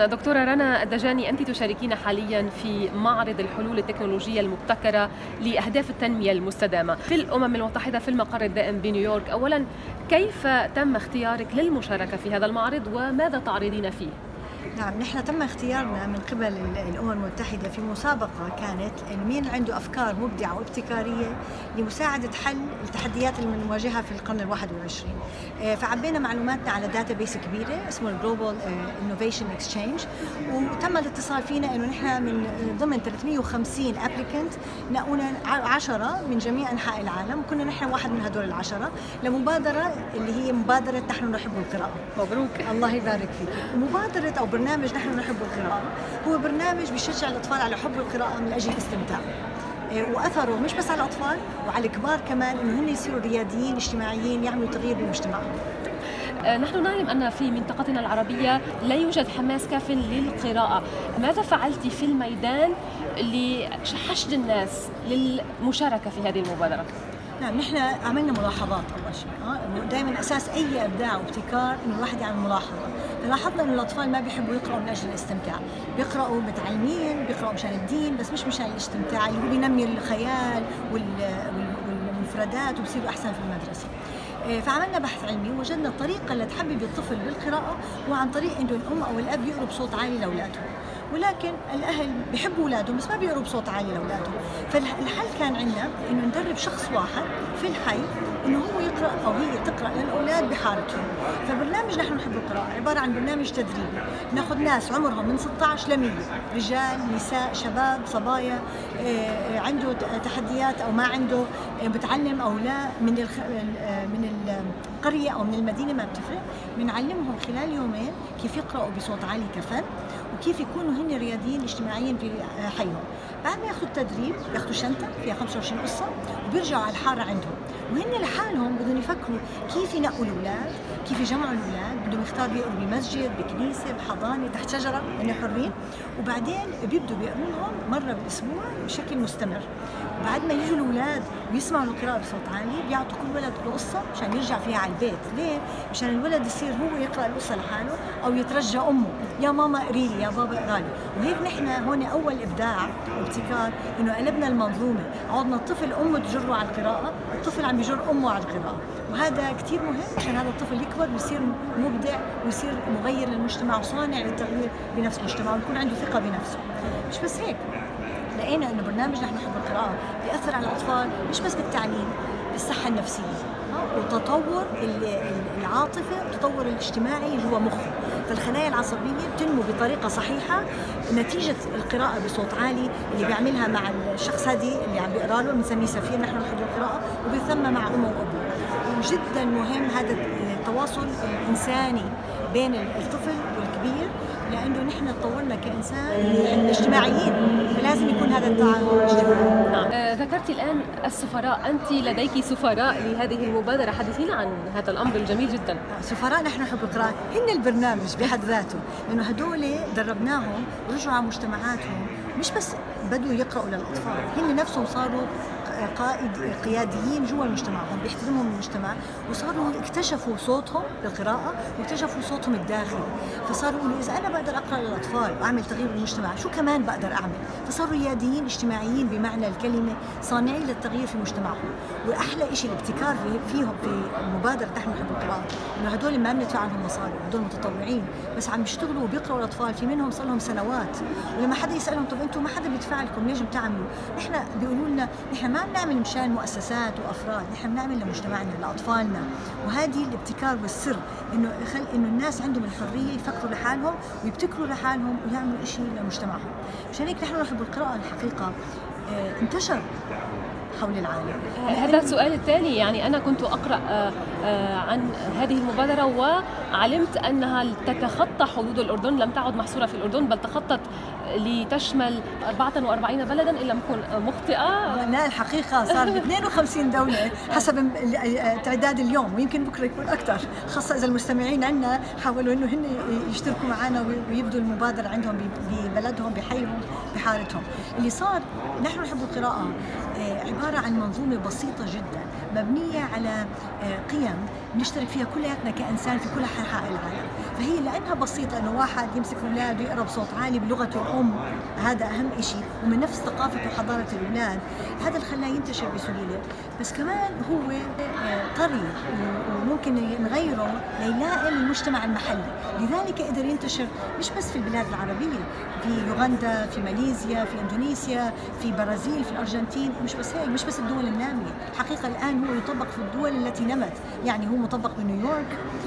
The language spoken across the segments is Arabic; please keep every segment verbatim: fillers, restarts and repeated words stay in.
دكتورة رنا الدجاني، أنت تشاركين حاليا في معرض الحلول التكنولوجية المبتكرة لأهداف التنمية المستدامة في الأمم المتحدة في المقر الدائم بنيويورك. أولا، كيف تم اختيارك للمشاركة في هذا المعرض وماذا تعرضين فيه؟ نعم، نحن تم اختيارنا من قبل الأمم المتحدة في مسابقة كانت مين عنده أفكار مبدعة وابتكارية لمساعدة حل التحديات المواجهة في القرن الواحد والعشرين. فعبينا معلوماتنا على داتا بيس كبيرة اسمه الجلوبال انوفيشن اكسشينج، وتم الاتصال فينا انه نحن من ضمن ثلاثمئة وخمسين ابليكنت نقونا عشرة من جميع انحاء العالم، وكنا نحن واحد من هدول العشرة لمبادرة اللي هي مبادرة نحن نحب القراءة. مبروك. الله يبارك فيك. مبادرة او برنامج نحن نحب القراءة هو برنامج بيشجع الأطفال على حب القراءة من أجل الاستمتاع، وأثره مش بس على الأطفال وعلى الكبار كمان، إنه هن يصيروا رياديين اجتماعيين يعملوا تغيير بالمجتمع. نحن نعلم أن في منطقتنا العربية لا يوجد حماس كاف للقراءة، ماذا فعلتِ في الميدان لحشد الناس للمشاركة في هذه المبادرة؟ نعم، نحن عملنا ملاحظات أول شيء، اه دائما أساس أي إبداع وابتكار إنه الواحد يعمل ملاحظة. لاحظنا إنه الأطفال ما بيحبوا يقرأوا من أجل الاستمتاع، بيقرأوا متعلمين، بيقرأوا مشان الدين بس مش مشان الاستمتاع اللي هو بينمي الخيال والمفردات وبصيروا أحسن في المدرسة. فعملنا بحث علمي ووجدنا الطريقة اللي تحبب الطفل بالقراءة هو عن طريق إنه الأم أو الأب يقروا بصوت عالي لأولادهم، ولكن الأهل بيحبوا أولادهم بس ما بيقروا بصوت عالي لأولادهم. فالحل كان عندنا إنه ندرب شخص واحد في الحي إنه هو يقرأ أو هي تقرأ للأولاد بحارتهم. فبرنامج نحن نحب القراءة عبارة عن برنامج تدريبي، ناخذ ناس عمرهم من ستة عشر ل مئة، رجال، نساء، شباب، صبايا، عنده تحديات أو ما عنده، متعلم أو لا، من الخ... من القرية أو من المدينة ما بتفرق. بنعلمهم خلال يومين كيف يقرأوا بصوت عالي كفن، وكيف يكونوا هن رياديين اجتماعيين في حيهم. بعد ما ياخذوا التدريب ياخذوا شنطه فيها خمسة وعشرين قصه وبيرجعوا على الحاره عندهم، وهن لحالهم بدهم يفكروا كيف ينقوا الاولاد، كيف يجمعوا الاولاد، بدهم يختاروا يقروا بمسجد، بكنيسه، بحضانه، تحت شجره، هن حرين، وبعدين بيبدوا بيقروا لهم مره بالاسبوع بشكل مستمر. بعد ما يجوا الاولاد ويسمعوا القراءه بصوت عالي بيعطوا كل ولد له قصه مشان يرجع فيها على البيت. ليه؟ مشان الولد يصير هو يقرا القصه لحاله او يترجى امه، يا ماما قري لي، يا بابا اقرا لي. وهيك نحن هون اول ابداع وابتكار انه قلبنا المنظومه، عودنا الطفل امه تجره على القراءه، الطفل عم يجر امه على القراءه، وهذا كثير مهم عشان هذا الطفل يكبر ويصير مبدع ويصير مغير للمجتمع وصانع للتغيير بنفس المجتمع ويكون عنده ثقه بنفسه. مش بس هيك، لقينا انه برنامج نحن نحب القراءه بيأثر على الاطفال مش بس بالتعليم، بالصحه النفسيه وتطور العاطفه والتطور الاجتماعي جوا مخه. فالخلايا العصبيه بتنمو بطريقه صحيحه نتيجه القراءه بصوت عالي اللي بيعملها مع الشخص هذه اللي عم بيقرا له، بنسميه سفير نحن نحب القراءه، وبيثمها مع امه وابوه. وجدا مهم هذا التواصل الانساني بين الطفل والكبير، لانه نحن تطورنا كانسان اجتماعيين، فلازم يكون هذا التعاون الاجتماعي. نعم. ذكرت الان السفراء، انت لديك سفراء لهذه المبادره، حدثينا عن هذا الامر الجميل جدا. سفراء نحن نحب القراءه هن البرنامج بحد ذاته، لانه هدول دربناهم ورجعوا على مجتمعاتهم، مش بس بدوا يقرأوا للأطفال، هن نفسهم صاروا قائد قياديين جوا مجتمعهم، بيحترموا المجتمع، وصاروا اكتشفوا صوتهم بالقراءة واكتشفوا صوتهم الداخلي. فصاروا يقولوا إذا أنا بقدر أقرأ للأطفال وأعمل تغيير بالمجتمع شو كمان بقدر أعمل؟ فصاروا رياديين اجتماعيين بمعنى الكلمة، صانعين للتغيير في مجتمعهم. وأحلى شيء الابتكار فيهم في مبادرة نحن نحب القراءة، إنه هدول ما بندفع عنهم مصاري، هدول متطوعين بس عم يشتغلوا وبيقرأوا الأطفال، في منهم صار لهم سنوات. ولما حدا يسألهم طب أنتم ما حدا بيدفع لكم ليش بتعملوا؟ نحن بيقولوا لنا نحن ما بنعمل مشان مؤسسات وافراد، نحن بنعمل لمجتمعنا لاطفالنا. وهذه الابتكار والسر انه خل انه الناس عندهم الحريه يفكروا لحالهم ويبتكروا لحالهم ويعملوا شيء لمجتمعهم. مشان هيك نحن نحب القراءه الحقيقه اه انتشر حول العالم. هذا السؤال التالي، يعني أنا كنت أقرأ عن هذه المبادرة وعلمت أنها تتخطى حدود الأردن، لم تعد محصورة في الأردن بل تخطت لتشمل أربعة وأربعين بلدا إن لم أكن مخطئة. لا الحقيقة صار ب اثنين وخمسين دولة حسب تعداد اليوم، ويمكن بكرة يكون أكثر، خاصة إذا المستمعين عندنا حاولوا إنه هن يشتركوا معنا ويبدوا المبادرة عندهم ببلدهم بحيهم بحارتهم. اللي صار نحن نحب القراءة عبارة عن منظومة بسيطة جدا مبنية على قيم نشترك فيها كلياتنا كإنسان في كل أنحاء العالم. فهي لأنها بسيطة إنه واحد يمسك أولاده يقرأ بصوت عالي بلغته الأم، هذا أهم شيء، ومن نفس ثقافة وحضارة الأولاد، هذا اللي خلاه ينتشر بسهولة. بس كمان هو طري وممكن نغيره ليلائم المجتمع المحلي، لذلك قدر ينتشر مش بس في البلاد العربية، في يوغندا، في ماليزيا، في اندونيسيا، في برازيل، في الارجنتين، مش بس هيك، مش بس الدول النامية، حقيقة الآن هو يطبق في الدول التي نمت، يعني هو مطبق بنيويورك،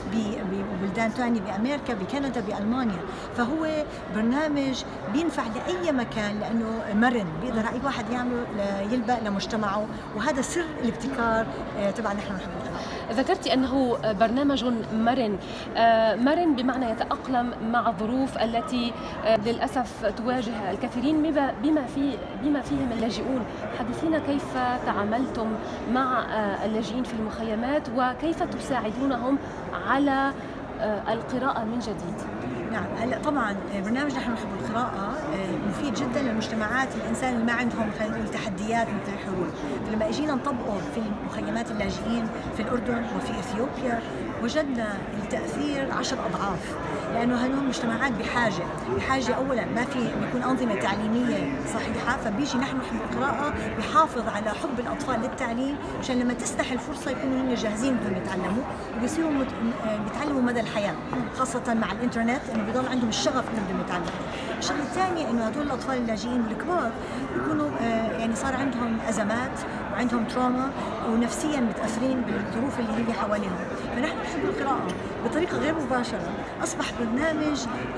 ببلدان ثانية بأمريكا، بكندا، بألمانيا. فهو برنامج بينفع لأي مكان لأنه مرن، بيقدر أي واحد يعمله يلبق لمجتمعه، وهذا سر الابتكار تبع نحن نحب القراءة. ذكرتي أنه برنامج مرن، مرن بمعنى يتأقلم مع الظروف التي للأسف تواجه الكثيرين بما في بما فيهم اللاجئون. حدثينا كيف تعاملتم مع اللاجئين في المخيمات وكيف تساعدونهم على القراءة من جديد؟ نعم، هلا طبعا برنامج نحن نحب القراءة مفيد جدا للمجتمعات الانسان اللي ما عندهم خلينا نقول تحديات مثل الحروب. فلما اجينا نطبقه في مخيمات اللاجئين في الاردن وفي اثيوبيا وجدنا التاثير عشر اضعاف، لانه هنول مجتمعات بحاجه بحاجه اولا ما في بيكون انظمه تعليميه صحيحه، فبيجي نحن نحب القراءه بحافظ على حب الاطفال للتعليم، عشان لما تسنح الفرصه يكونوا هن جاهزين بدهم يتعلموا، وبيصيروا بيتعلموا مدى الحياه، خاصه مع الانترنت انه بيضل عندهم الشغف انهم بدهم يتعلموا. الشغله الثانيه انه هدول الاطفال اللاجئين والكبار بيكونوا يعني صار عندهم ازمات وعندهم تروما ونفسيا متاثرين بالظروف اللي هي حواليهم، فنحن نحب القراءه بطريقه غير مباشره. اصبح برنامج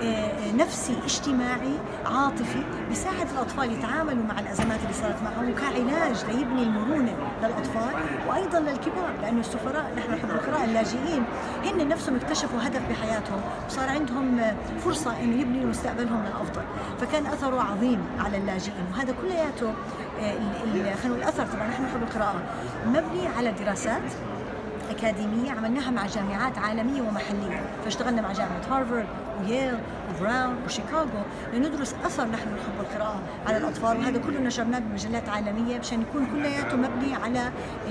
نفسي اجتماعي عاطفي بيساعد الاطفال يتعاملوا مع الازمات اللي صارت معهم، وكعلاج ليبني المرونه للاطفال وايضا للكبار، لانه السفراء نحن نحب القراءه اللاجئين هن نفسهم اكتشفوا هدف بحياتهم وصار عندهم فرصه انه يبنوا مستقبلهم للافضل، فكان اثره عظيم على اللاجئين. وهذا كلياته خلينا الاثر طبعا نحن نحب القراءه مبني على دراسات أكاديمية عملناها مع جامعات عالمية ومحلية، فاشتغلنا مع جامعة هارفارد وييل وبراون وشيكاغو لندرس أثر نحن نحب القراءة على الأطفال، وهذا كله نشرناه بمجلات عالمية مشان يكون كلياته مبني على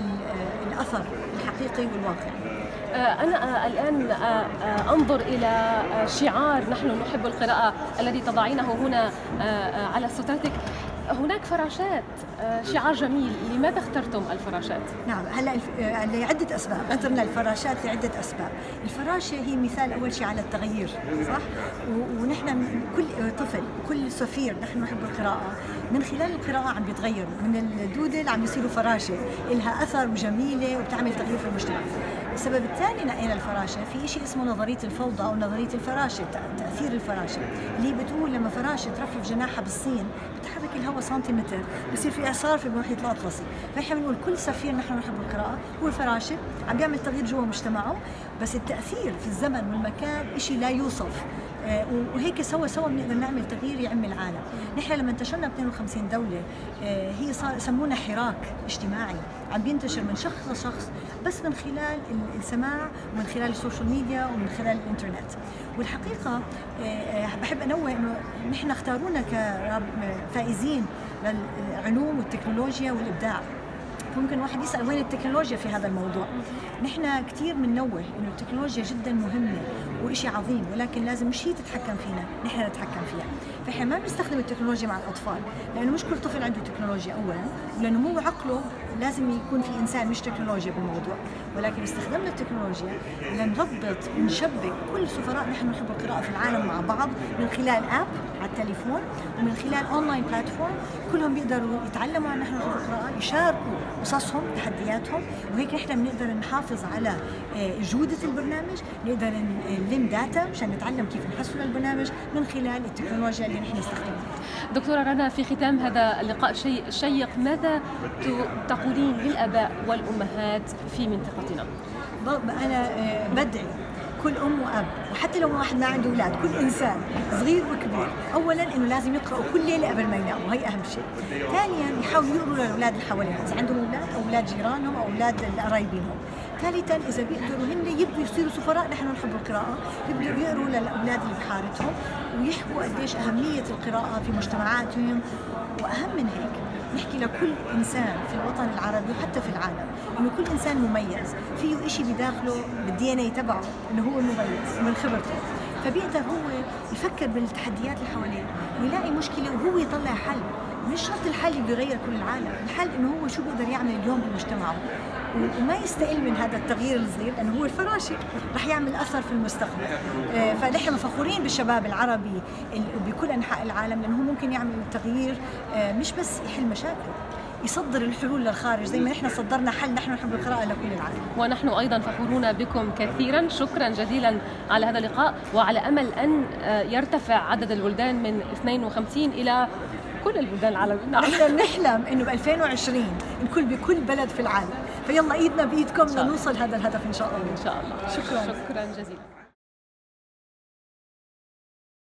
الأثر الحقيقي والواقعي. أنا الآن أنظر إلى شعار نحن نحب القراءة الذي تضعينه هنا على سترتك، هناك فراشات، شعار جميل. لماذا اخترتم الفراشات؟ نعم، هلا لعدة أسباب، اخترنا الفراشات لعدة أسباب. الفراشة هي مثال أول شيء على التغيير، صح؟ ونحن كل طفل، كل سفير نحن نحب القراءة من خلال القراءة عم بيتغير، من الدودل عم يصيروا فراشة، إلها أثر وجميلة وبتعمل تغيير في المجتمع. السبب الثاني نقينا الفراشة، في شيء اسمه نظرية الفوضى أو نظرية الفراشة، تأثير الفراشة، اللي بتقول لما فراشة ترفرف جناحها بالصين بتحرك الهواء سنتيمتر بصير في إعصار في المحيط الأطلسي. فإحنا بنقول كل سفير نحن نحب القراءة هو فراشة عم بيعمل تغيير جوا مجتمعه، بس التأثير في الزمن والمكان شيء لا يوصف، وهيك سوا سوا بنقدر نعمل تغيير يعم العالم. نحن لما انتشرنا ب اثنين وخمسين دولة هي صار سمونا حراك اجتماعي عم بينتشر من شخص لشخص بس من خلال السماع ومن خلال السوشيال ميديا ومن خلال الانترنت. والحقيقة بحب أنوه إنه نحن اختارونا كفائزين للعلوم والتكنولوجيا والإبداع. ممكن واحد يسأل وين التكنولوجيا في هذا الموضوع؟ نحن كثير بننوه إنه التكنولوجيا جدا مهمة وإشي عظيم، ولكن لازم مش هي تتحكم فينا، نحن نتحكم فيها. فإحنا ما بنستخدم التكنولوجيا مع الأطفال، لأنه مش كل طفل عنده تكنولوجيا أولا، ولنمو عقله لازم يكون في إنسان مش تكنولوجيا بالموضوع، ولكن استخدمنا التكنولوجيا لنربط ونشبك كل سفراء نحن نحب القراءة في العالم مع بعض من خلال آب على التليفون ومن خلال أونلاين بلاتفورم، كلهم بيقدروا يتعلموا عن نحن نحب القراءة، يشاركوا قصصهم تحدياتهم، وهيك نحن بنقدر نحافظ على جودة البرنامج، نقدر نلم داتا مشان نتعلم كيف نحسن البرنامج من خلال التكنولوجيا اللي نحن نستخدمها. دكتورة رنا، في ختام هذا اللقاء شيء شيق، ماذا تقولين للآباء والأمهات في منطقتنا؟ أنا بدعي كل أم وأب، وحتى لو واحد ما عنده أولاد، كل إنسان صغير وكبير، أولاً إنه لازم يقرأوا كل ليلة قبل ما يناموا، هي أهم شيء. ثانياً يحاولوا يقروا للأولاد اللي حواليهم، إذا عندهم أولاد أو أولاد جيرانهم أو أولاد قرايبينهم. ثالثاً إذا بيقدروا هن يبدوا يصيروا سفراء نحن نحب القراءة، يبدوا يقروا للأولاد اللي بحارتهم ويحكوا قديش أهمية القراءة في مجتمعاتهم، وأهم من هيك نحكي لكل إنسان في الوطن العربي وحتى في العالم إنه كل إنسان مميز، فيه إشي بداخله بالدي إن إيه تبعه إنه هو مميز من خبرته، فبيقدر هو يفكر بالتحديات اللي حواليه ويلاقي مشكلة وهو يطلع حل. مش شرط الحل اللي بيغير كل العالم، الحل إنه هو شو بيقدر يعمل اليوم بمجتمعه وما يستقل من هذا التغيير الصغير لأنه هو الفراشي رح يعمل أثر في المستقبل. فنحن فخورين بالشباب العربي بكل أنحاء العالم لأنه ممكن يعمل تغيير، مش بس يحل مشاكل، يصدر الحلول للخارج زي ما نحن صدرنا حل نحن نحب القراءة لكل العالم. ونحن أيضا فخورون بكم كثيرا. شكرا جزيلا على هذا اللقاء، وعلى أمل أن يرتفع عدد البلدان من اثنين وخمسين إلى كل البلدان العالمية. نحن نحلم إنه ب ألفين وعشرين نكون بكل بلد في العالم، فيلا إيدنا بإيدكم لنوصل هذا الهدف إن شاء الله. إن شاء الله. شكرا شكرا جزيلا.